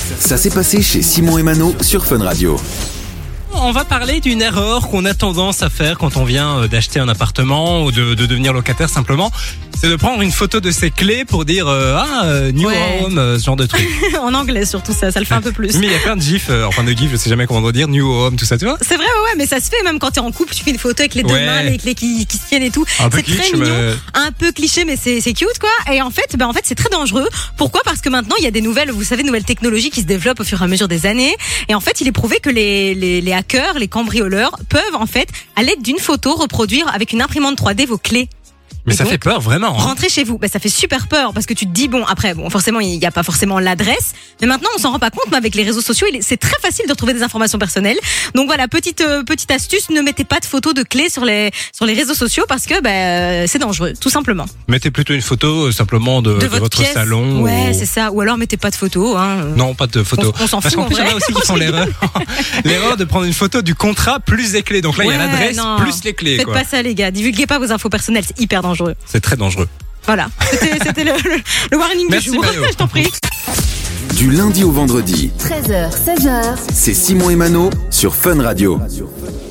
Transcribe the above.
Ça s'est passé chez Simon et Mano sur Fun Radio. On va parler d'une erreur qu'on a tendance à faire quand on vient d'acheter un appartement ou de devenir locataire simplement. C'est de prendre une photo de ses clés pour dire new home, ce genre de truc. En anglais surtout ça le fait un peu plus. Mais il y a plein de gifs, de gifs, je sais jamais comment dire, new home, tout ça, tu vois. C'est vrai, ouais, mais ça se fait même quand t'es en couple, tu fais une photo avec les deux mains, les clés qui se tiennent et tout. C'est très mignon, un peu cliché, mais c'est cute quoi. Et en fait, c'est très dangereux. Pourquoi ? Parce que maintenant il y a des nouvelles technologies qui se développent au fur et à mesure des années. Et en fait, il est prouvé que les hackers, les cambrioleurs peuvent en fait, à l'aide d'une photo, reproduire avec une imprimante 3D vos clés. Mais ça fait peur, vraiment. Rentrer chez vous, ça fait super peur parce que tu te dis forcément il n'y a pas forcément l'adresse, mais maintenant on s'en rend pas compte. Mais avec les réseaux sociaux, c'est très facile de retrouver des informations personnelles. Donc voilà, petite astuce, ne mettez pas de photos de clés sur les réseaux sociaux parce que c'est dangereux, tout simplement. Mettez plutôt une photo simplement de votre pièce. Salon. Ouais, c'est ça. Ou alors mettez pas de photos. Non, pas de photos. On s'en fout. Parce qu'en plus, il y en a aussi qui font l'erreur de prendre une photo du contrat plus les clés. Donc là, il y a l'adresse plus les clés. Faites pas ça, les gars. Divulguez pas vos infos personnelles, c'est hyper dangereux. C'est très dangereux. Voilà, c'était le warning du jour. Mano. Je t'en prie. Du lundi au vendredi, 13h, 16h, c'est Simon et Mano sur Fun Radio.